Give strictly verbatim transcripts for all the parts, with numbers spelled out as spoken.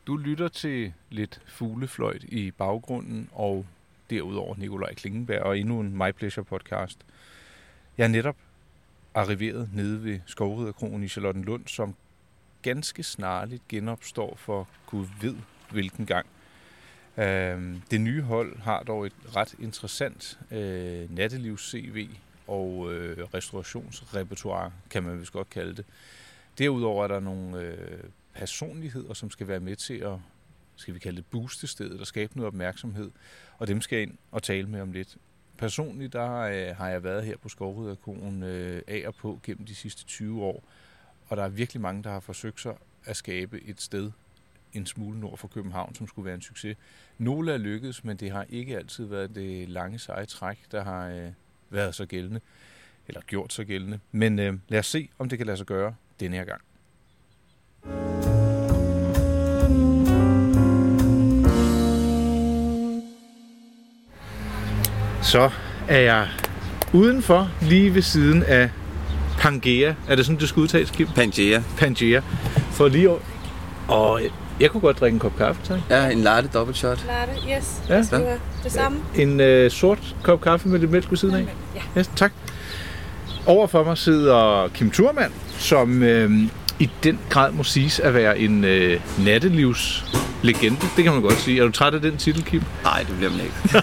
Du lytter til lidt fuglefløjt i baggrunden, og derudover Nikolaj Klingenberg og endnu en My Pleasure podcast. Jeg er netop arriveret nede ved Skovriderkroen i Charlottenlund, som ganske snarligt genopstår for Gud ved hvilken gang. Det nye hold har dog et ret interessant øh, nattelivs-C V og øh, restaurationsrepertoire, kan man vist godt kalde det. Derudover er der nogle øh, personligheder, som skal være med til at, skal vi kalde det, booste stedet og skabe noget opmærksomhed, og dem skal jeg ind og tale med om lidt. Personligt der øh, har jeg været her på Skovriderkroen øh, af og på gennem de sidste tyve år, og der er virkelig mange, der har forsøgt sig at skabe et sted en smule nord for København, som skulle være en succes. Nogle er lykkedes, men det har ikke altid været det lange seje træk, der har øh, været så gældende, eller gjort så gældende. Men øh, lad os se, om det kan lade sig gøre denne her gang. Så er jeg udenfor, lige ved siden af Pangea. Er det sådan, det skal udtales, Kim? Pangea. Pangea. For lige år. Og jeg kunne godt drikke en kop kaffe, tak. Ja, en latte dobbelt shot. Latte, yes. Ja. Skal ja. Det samme. En øh, sort kop kaffe med lidt mælk ved siden af. Ja. Yes, tak. Overfor mig sidder Kim Thurman, som øh, i den grad må siges at være en øh, nattelivslegende. Det kan man godt sige. Er du træt af den titel, Kim? Nej, det bliver man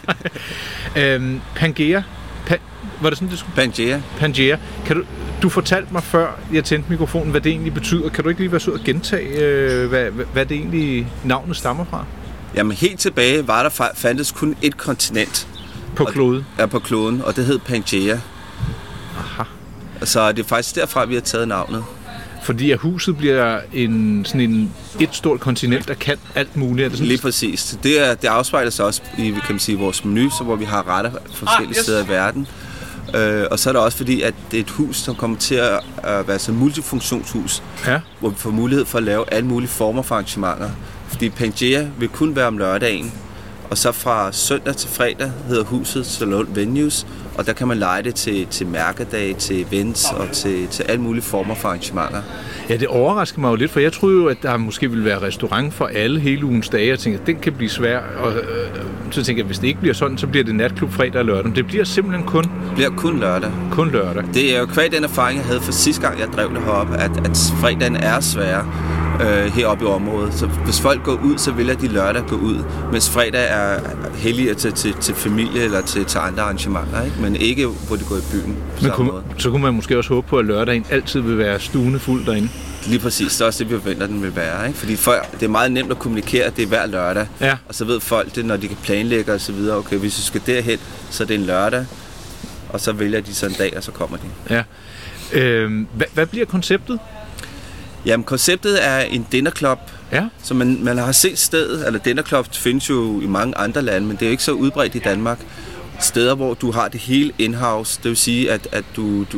ikke. øhm, Pangea. Pa- var det sådan, det skulle? Pangea. Pangea. Kan du, du fortalte mig før, jeg tændte mikrofonen, hvad det egentlig betyder. Kan du ikke lige være sød og gentage, øh, hvad, hvad det egentlig navnet stammer fra? Jamen helt tilbage var der fandtes kun et kontinent. På kloden? Ja, på kloden, og det hed Pangea. Aha. Så det er faktisk derfra, vi har taget navnet. Fordi at huset bliver en, sådan en, et stort kontinent, der kan alt muligt. Er det sådan? Lige præcis. Det, er, det afspejler sig også i, kan man sige, vores menu, så hvor vi har retter forskellige ah, yes. steder i verden. Øh, og så er det også fordi, at det er et hus, som kommer til at uh, være sådan et multifunktionshus, ja. Hvor vi får mulighed for at lave alle mulige former for arrangementer. Fordi Pangea vil kun være om lørdagen, og så fra søndag til fredag hedder huset Salon Venues, og der kan man leje det til, til mærkedage, til events og til, til alle mulige former for arrangementer. Ja, det overrasker mig jo lidt, for jeg troede jo, at der måske ville være restaurant for alle hele ugens dage. Jeg tænkte, at den kan blive svær, og øh, så tænker jeg, at hvis det ikke bliver sådan, så bliver det natklub fredag og lørdag. Men det bliver simpelthen kun... Det bliver kun lørdag. Kun lørdag. Det er jo kvad den erfaring, jeg havde fra sidste gang, jeg drev det heroppe, at, at fredagen er svær øh, heroppe i området. Så hvis folk går ud, så vil de lørdag gå ud, mens fredag er hellig til, til, til familie eller til, til andre arrangementer, ikke? Men ikke hvor de går i byen. Men kunne, så kunne man måske også håbe på, at lørdagen altid vil være stuende fuld derinde. Lige præcis, det er også det, vi forventer, den vil være. Ikke? Fordi folk, det er meget nemt at kommunikere, at det er hver lørdag. Ja. Og så ved folk det, når de kan planlægge og så videre. Okay, hvis vi skal derhen, så er det en lørdag. Og så vælger de så en dag, og så kommer de. Ja. Øhm, hvad, hvad bliver konceptet? Jamen, konceptet er en dinnerclub. Ja. Så man, man har set stedet, eller dinnerclub findes jo i mange andre lande, men det er jo ikke så udbredt i Danmark. Steder, hvor du har det hele in-house. Det vil sige, at, at du, du,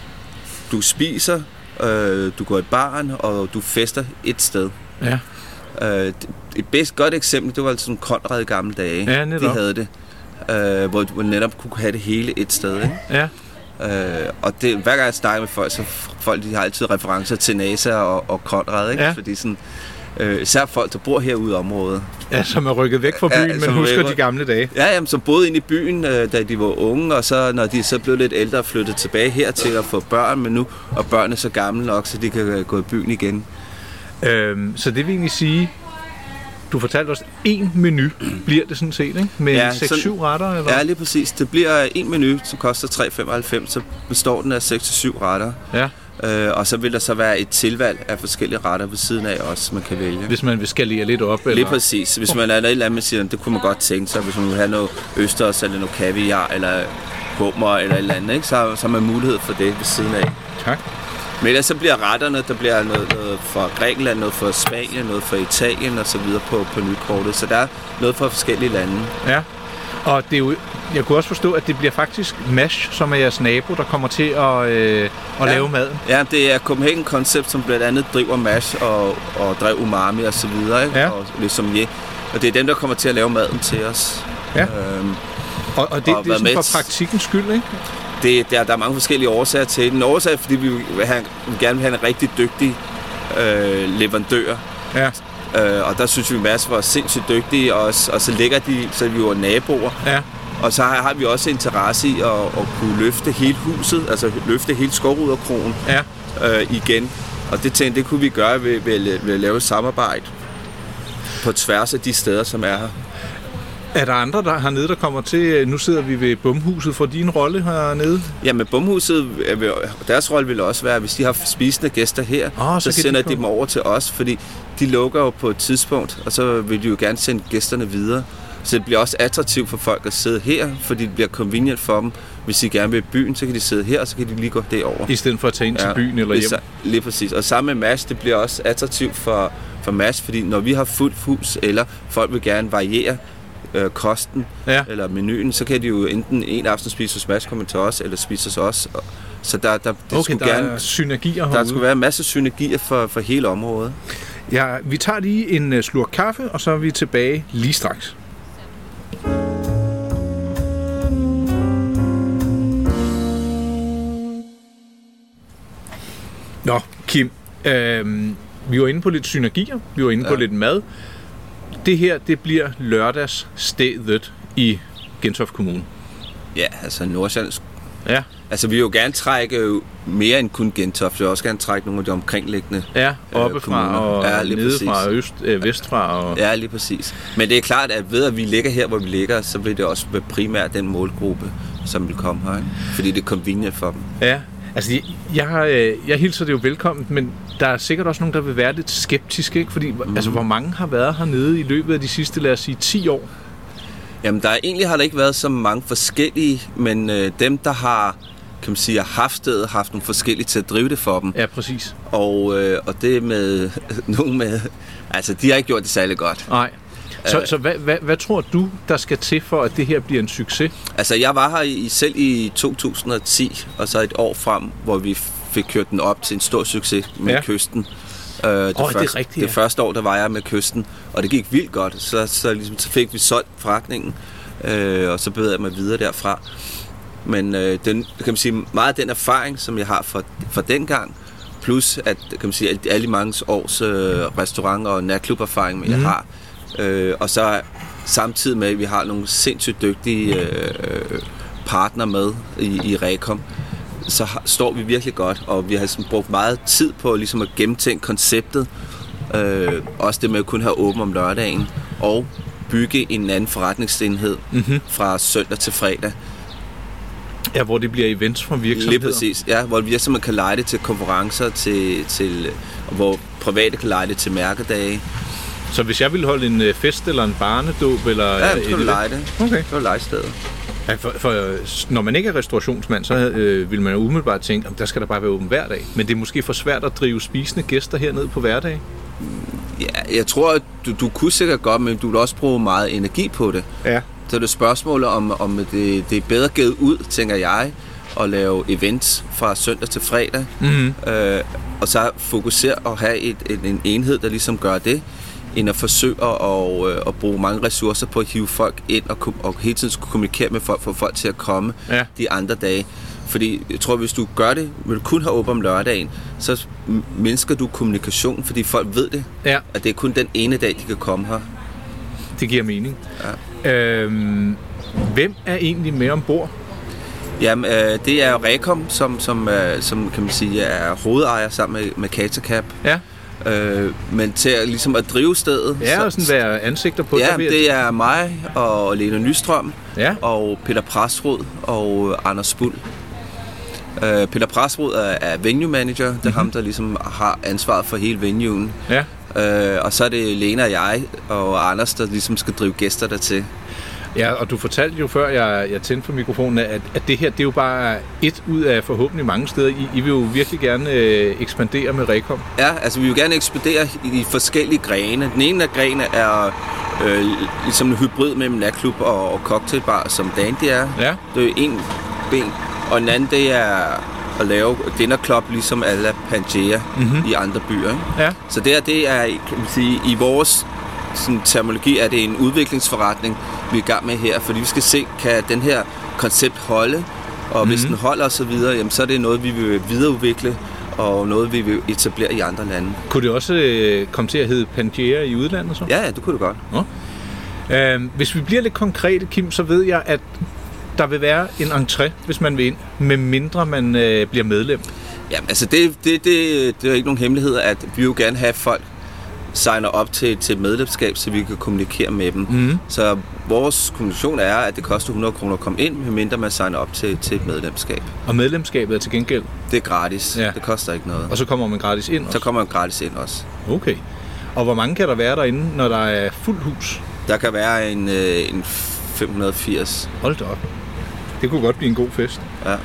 du spiser, øh, du går i baren, og du fester et sted. Ja. Øh, et bedst godt eksempel, det var altså sådan Conrad i gamle dage. Ja, netop. De havde det. Øh, hvor du netop kunne have det hele et sted. Ikke? Ja. Øh, og det, hver gang jeg snakker med folk, så folk de har altid referencer til NASA og, og Conrad, ikke? Ja. Fordi sådan, øh, især folk, der bor herude i området. Ja, som er rykket væk fra byen, ja, men husker væk. De gamle dage. Ja, jamen, som boede inde i byen, øh, da de var unge, og så når de så blev lidt ældre og flyttede tilbage hertil at få børn, men nu er børnene så gamle nok, så de kan gå i byen igen. Øhm, så det vil egentlig sige, du fortalte os, en menu bliver det sådan set, ikke? Med ja, seks syv retter? Eller? Ja, lige præcis. Det bliver en menu, som koster tre komma femoghalvfems, så består den af seks til syv retter. Ja. Øh, og så vil der så være et tilvalg af forskellige retter ved siden af også, man kan vælge. Hvis man vil skalere lidt op? Eller? Lige præcis. Hvis man er noget eller andet, man siger, det kunne man godt tænke sig. Hvis man vil have noget østers, eller noget kaviar, eller hummer, eller et eller andet, ikke? Så, så har man mulighed for det ved siden af. Tak. Men ellers så bliver retterne, der bliver noget, noget fra Grækenland, noget fra Spanien, noget fra Italien og så videre på, på nykortet. Så der er noget fra forskellige lande. Ja, og det er jo, jeg kunne også forstå, at det bliver faktisk Mash, som er jeres nabo, der kommer til at, øh, at ja. lave maden. Ja, det er Copenhagen Concept, som blandt andet driver Mash og, og drev Umami og så videre. Ikke? Ja. Og, ligesom, ja. og det er dem, der kommer til at lave maden til os. Ja. Øhm, og, og det, og det er sådan for praktikkens skyld, ikke? Det, der, der er mange forskellige årsager til den. En årsag er, fordi vi vil, have, vi gerne vil have en rigtig dygtig øh, leverandør. Ja. Øh, og der synes vi, Mads var sindssygt dygtige, og, og så ligger de, så vi var naboer. Ja. Og så har, har vi også interesse i at, at kunne løfte hele huset, altså løfte hele Skovriderkroen ja. øh, igen. Og det tænkte, det kunne vi gøre ved, ved, ved at lave et samarbejde på tværs af de steder, som er her. Er der andre der hernede, der kommer til? Nu sidder vi ved Bumhuset. For din rolle hernede? Ja, med Bumhuset, deres rolle vil også være, hvis de har spisende gæster her, oh, så, så sender de, de dem over til os, fordi de lukker jo på et tidspunkt, og så vil de jo gerne sende gæsterne videre. Så det bliver også attraktivt for folk at sidde her, fordi det bliver convenient for dem. Hvis de gerne vil i byen, så kan de sidde her, og så kan de lige gå derover. I stedet for at tage ind til ja, byen eller hjem? Lige præcis. Og sammen med Mads, det bliver også attraktivt for, for Mads, fordi når vi har fuldt hus, eller folk vil gerne variere øh, kosten ja. eller menuen, så kan de jo enten en aften spise hos Mads, komme til os, eller spise hos os. Så der, der, det okay, der gerne, er synergier herude. Der skulle være en masse synergier for, for hele området. Ja, vi tager lige en uh, slurk kaffe, og så er vi tilbage lige straks. Nå, Kim, øh, vi var inde på lidt synergier, vi var inde ja. på lidt mad. Det her, det bliver lørdagsstedet i Gentofte Kommune. Ja, altså Nordsjællands. Ja. Altså, vi vil jo gerne trække mere end kun Gentofte. Vi vil også gerne trække nogle af de omkringliggende ja, oppefra øh, og ja, nedefra og øst, øh, vestfra. Og... Ja, lige præcis. Men det er klart, at ved at vi ligger her, hvor vi ligger, så vil det også være primært den målgruppe, som vil komme her. Ikke? Fordi det er convenient for dem. Ja. Altså, jeg, jeg, jeg hilser det jo velkommen, men der er sikkert også nogen, der vil være lidt skeptiske, ikke? Fordi, mm. altså, hvor mange har været hernede i løbet af de sidste, lad os sige, ti år? Jamen, der er, egentlig har der ikke været så mange forskellige, men øh, dem, der har, kan man sige, haft stedet, haft nogle forskellige til at drive det for dem. Ja, præcis. Og, øh, og det med nogen med, altså, de har ikke gjort det særlig godt. Nej. Så, så hvad, hvad, hvad tror du, der skal til for, at det her bliver en succes? Altså, jeg var her i, selv i to tusind og ti, og så et år frem, hvor vi fik kørt den op til en stor succes med ja. Kysten. Uh, det, oh, første, det, er rigtigt, ja. det første år, der var jeg med Kysten, og det gik vildt godt. Så, så, ligesom, så fik vi solgt forretningen, uh, og så bevægede jeg mig videre derfra. Men uh, den, kan man sige, meget af den erfaring, som jeg har fra, fra dengang, plus at, kan man sige, at alle de mange års uh, restaurant- og natklub-erfaring, mm. jeg har, Øh, og så samtidig med, at vi har nogle sindssygt dygtige øh, partner med i, i Rekom, så har, står vi virkelig godt, og vi har sådan brugt meget tid på ligesom at gennemtænke konceptet, øh, også det med at kunne have åben om lørdagen, og bygge en anden forretningsenhed mm-hmm. fra søndag til fredag. Ja, hvor det bliver events fra virksomheder. Lige præcis, ja, hvor virksomheder kan leje det til konferencer, til, til, hvor private kan leje det til mærkedage. Så hvis jeg ville holde en fest eller en barnedåb eller ja, så kan du lege det. Okay. Så kan du lege stedet. Ja, for, for når man ikke er restaurationsmand, så øh, vil man jo umiddelbart tænke, at der skal der bare være åben hver dag. Men det er måske for svært at drive spisende gæster hernede på hverdag. Ja, jeg tror, at du, du kunne sikkert godt, men du vil også bruge meget energi på det. Ja. Så er det spørgsmålet om, om det, det er bedre givet ud, tænker jeg, at lave events fra søndag til fredag. Mm-hmm. Øh, og så fokusere og have et, et, en enhed, der ligesom gør det, end at forsøge at, øh, at bruge mange ressourcer på at hive folk ind og, og hele tiden skulle kommunikere med folk, for folk til at komme ja. de andre dage. Fordi jeg tror, hvis du gør det, vil du kun have åbent om lørdagen, så mindsker du kommunikation, fordi folk ved det, ja. at det er kun den ene dag, de kan komme her. Det giver mening. Ja. Øhm, hvem er egentlig med ombord? Jamen, øh, det er jo Rekom, som, som, øh, som kan man sige, er hovedejer sammen med, med Catacap. Ja. Øh, men til at, ligesom at drive stedet. Ja, og sådan være ansigter på. Ja, det er mig og Lena Nystrøm ja. og Peter Præstrud og Anders Bull. Øh, Peter Præstrud er, er venue manager. Det er mm-hmm. ham, der ligesom har ansvaret for hele venuen. Ja. Øh, og så er det Lena og jeg og Anders, der ligesom skal drive gæster dertil. Ja, og du fortalte jo før, jeg, jeg tændte for mikrofonen, at, at det her, det er jo bare et ud af forhåbentlig mange steder. I, I vil jo virkelig gerne øh, ekspandere med Rekom. Ja, altså vi vil gerne ekspandere i, i forskellige grene. Den ene af grene er øh, ligesom en hybrid mellem natklub og, og cocktailbar, som Dandy er. Ja. Det er en ben. Og den anden, det er at lave dinnerclub, ligesom alla Pangea mm-hmm. i andre byer. Ikke? Ja. Så det her, det er, kan man sige, i vores sådan, terminologi er det en udviklingsforretning, vi er i gang med her, fordi vi skal se, kan den her koncept holde, og mm-hmm. hvis den holder og så videre, jamen, så er det noget, vi vil videreudvikle og noget, vi vil etablere i andre lande. Kunne det også øh, komme til at hedde Pangea i udlandet så? Ja, ja, det kunne det godt. Ja. Øh, hvis vi bliver lidt konkrete, Kim, så ved jeg, at der vil være en entré, hvis man vil ind, med mindre man øh, bliver medlem. Jamen, altså det, det, det, det er ikke nogen hemmelighed, at vi jo gerne have folk signer op til, til medlemskab, så vi kan kommunikere med dem. Mm. Så vores kommunikation er, at det koster hundrede kroner at komme ind, medmindre man signer op til, til et medlemskab. Og medlemskabet er til gengæld? Det er gratis. Ja. Det koster ikke noget. Og så kommer man gratis ind også? Så kommer man gratis ind også. Okay. Og hvor mange kan der være derinde, når der er fuldt hus? Der kan være en, en fem hundrede og firs. Hold da op. Det kunne godt blive en god fest. Ja.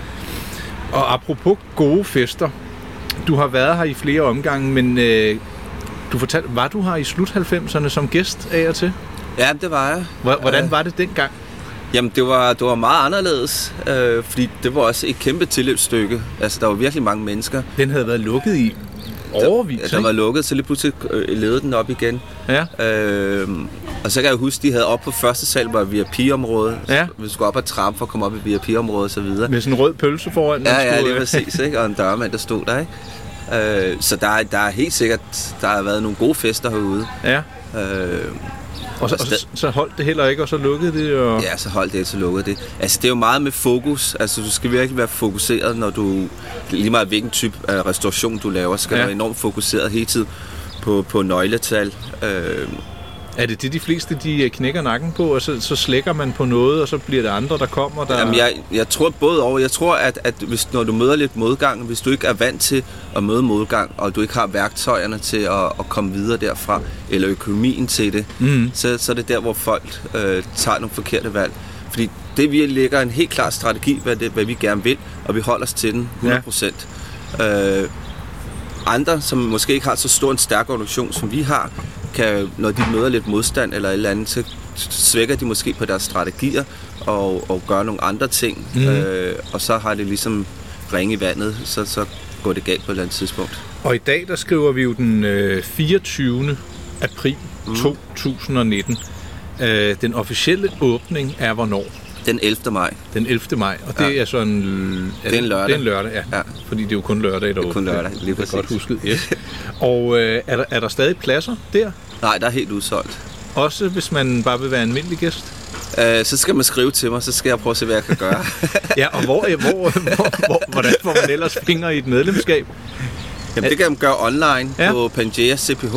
Og apropos gode fester. Du har været her i flere omgange, men øh, du fortalte, var du her i slut halvfemserne som gæst af og til? Ja, det var jeg. Hvordan var det dengang? Jamen, det var, det var meget anderledes, øh, fordi det var også et kæmpe tilløbsstykke. Altså, der var virkelig mange mennesker. Den havde været lukket i overvis, Der, der var lukket, så lige pludselig øh, levede den op igen. Ja. Øh, og så kan jeg huske, de havde op på første sal, var V I P-området. Ja. Vi skulle op ad trappen for at komme op i V I P-området og så videre. Med sådan en rød pølse foran. Ja, ja, det var præcis, ikke? Og en dørmand, der stod der, ikke? Øh, så der, der er helt sikkert, der har været nogle gode fester herude. Ja. Øh, og så, og så, så holdt det heller ikke, og så lukkede det? Og... Ja, så holdt det, så lukkede det. Altså, det er jo meget med fokus. Altså, du skal virkelig være fokuseret, når du... Lige meget hvilken type af restauration du laver, skal ja. du være enormt fokuseret hele tiden på, på nøgletal. Øh, Er det det, de fleste de knækker nakken på, og så, så slækker man på noget, og så bliver det andre, der kommer? Der... Jamen, jeg, jeg tror både over. Jeg tror, at, at hvis, når du møder lidt modgang, hvis du ikke er vant til at møde modgang, og du ikke har værktøjerne til at, at komme videre derfra, eller økonomien til det, mm. så, så er det der, hvor folk øh, tager nogle forkerte valg. Fordi det, vi lægger en helt klar strategi, hvad, det, hvad vi gerne vil, og vi holder os til den hundrede procent. Ja. Øh, andre, som måske ikke har så stor en stærk organisation, som vi har, kan, når de møder lidt modstand eller et eller andet, så svækker de måske på deres strategier og, og gør nogle andre ting. Mm. Øh, og så har det ligesom ringe i vandet, så, så går det galt på et eller andet tidspunkt. Og i dag, der skriver vi jo den øh, fireogtyvende april mm. to tusind nitten. Øh, den officielle åbning er hvornår? Den ellevte maj. Den ellevte maj, og det ja. er sådan... Er det er en lørdag. Det er en lørdag, ja. ja. Fordi det er jo kun lørdag, der Det er kun lørdag, lige præcis. Det er godt husket, yes. Og øh, er, der, er der stadig pladser der? Nej, der er helt udsolgt. Også hvis man bare vil være en almindelig gæst? Øh, så skal man skrive til mig, så skal jeg prøve at se, hvad jeg kan gøre. Ja, og hvor, hvor, hvor, hvor, hvordan får man ellers fingre i et medlemskab? Jamen, det kan man gøre online ja. på pangea c p h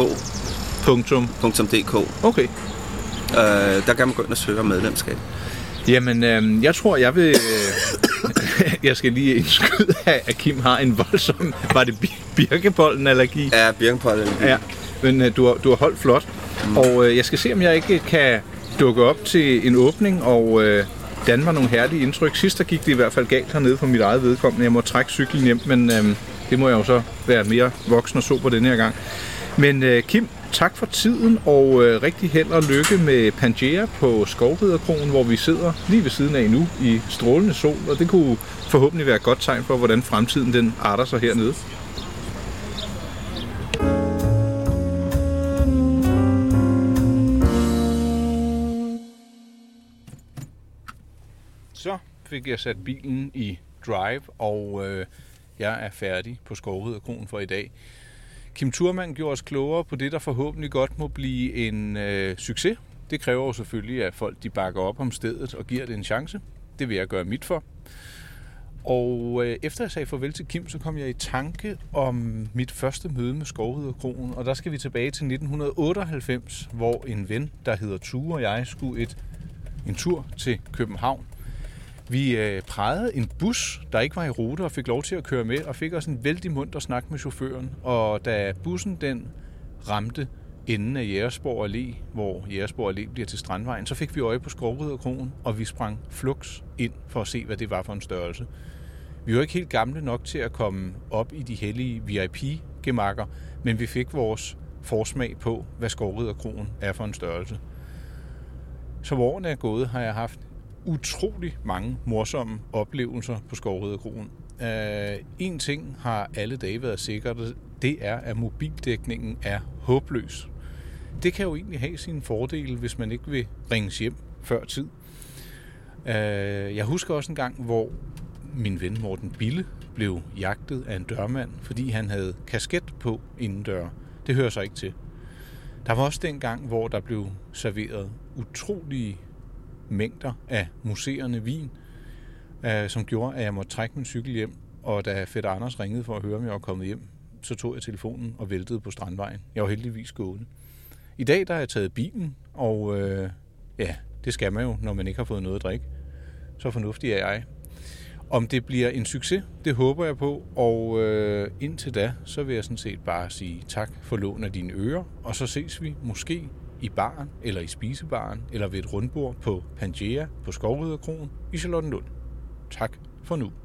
punktum d k. Okay. Øh, der kan man gå ind og søge om medlemskab. Jamen, øh, jeg tror, jeg vil... Øh, jeg skal lige indskyde, at Kim har en voldsom... Var det birkepollenallergi? Ja, birkepollenallergi. Ja, men øh, du, har, du har holdt flot. Mm. Og øh, jeg skal se, om jeg ikke kan dukke op til en åbning og øh, danne mig nogle herlige indtryk. Sidst der gik det i hvert fald galt hernede for mit eget vedkommende. Jeg må trække cyklen hjem, men øh, det må jeg jo så være mere voksen og så på denne her gang. Men øh, Kim, tak for tiden, og øh, rigtig held og lykke med Pangea på Skovriderkroen, hvor vi sidder lige ved siden af nu i strålende sol, og det kunne forhåbentlig være et godt tegn for, hvordan fremtiden den arter sig hernede. Så fik jeg sat bilen i drive, og øh, jeg er færdig på Skovriderkroen for i dag. Kim Thurman gjorde os klogere på det, der forhåbentlig godt må blive en øh, succes. Det kræver jo selvfølgelig, at folk de bakker op om stedet og giver det en chance. Det vil jeg gøre mit for. Og øh, efter jeg sagde farvel til Kim, så kom jeg i tanke om mit første møde med Skovriderkroen. Og der skal vi tilbage til nitten otteoghalvfems, hvor en ven, der hedder Tue, og jeg skulle et, en tur til København. Vi øh, prejede en bus, der ikke var i rute, og fik lov til at køre med, og fik også en vældig munter snak med chaufføren. Og da bussen den ramte enden af Jægersborg Allé, hvor Jægersborg Allé bliver til Strandvejen, så fik vi øje på Skovriderkroen, og vi sprang fluks ind for at se, hvad det var for en størrelse. Vi var ikke helt gamle nok til at komme op i de hellige V I P-gemakker, men vi fik vores forsmag på, hvad Skovriderkroen er for en størrelse. Som årene er gået, har jeg haft utrolig mange morsomme oplevelser på Skovriderkroen. Uh, en ting har alle dage været sikkert, det er, at mobildækningen er håbløs. Det kan jo egentlig have sine fordele, hvis man ikke vil ringes hjem før tid. Uh, jeg husker også en gang, hvor min ven Morten Bille blev jagtet af en dørmand, fordi han havde kasket på indendør. Det hører sig ikke til. Der var også den gang, hvor der blev serveret utrolige mængder af museerne vin, øh, som gjorde, at jeg måtte trække min cykel hjem, og da Fætter Anders ringede for at høre, om jeg var kommet hjem, så tog jeg telefonen og væltede på Strandvejen. Jeg var heldigvis gående. I dag der har jeg taget bilen, og øh, ja, det skal man jo, når man ikke har fået noget at drikke. Så fornuftig er jeg. Om det bliver en succes, det håber jeg på, og øh, indtil da, så vil jeg sådan set bare sige tak for lån af dine ører, og så ses vi måske i baren, eller i spisebaren, eller ved et rundbord på Pangea på Skovriderkroen i Charlottenlund. Tak for nu.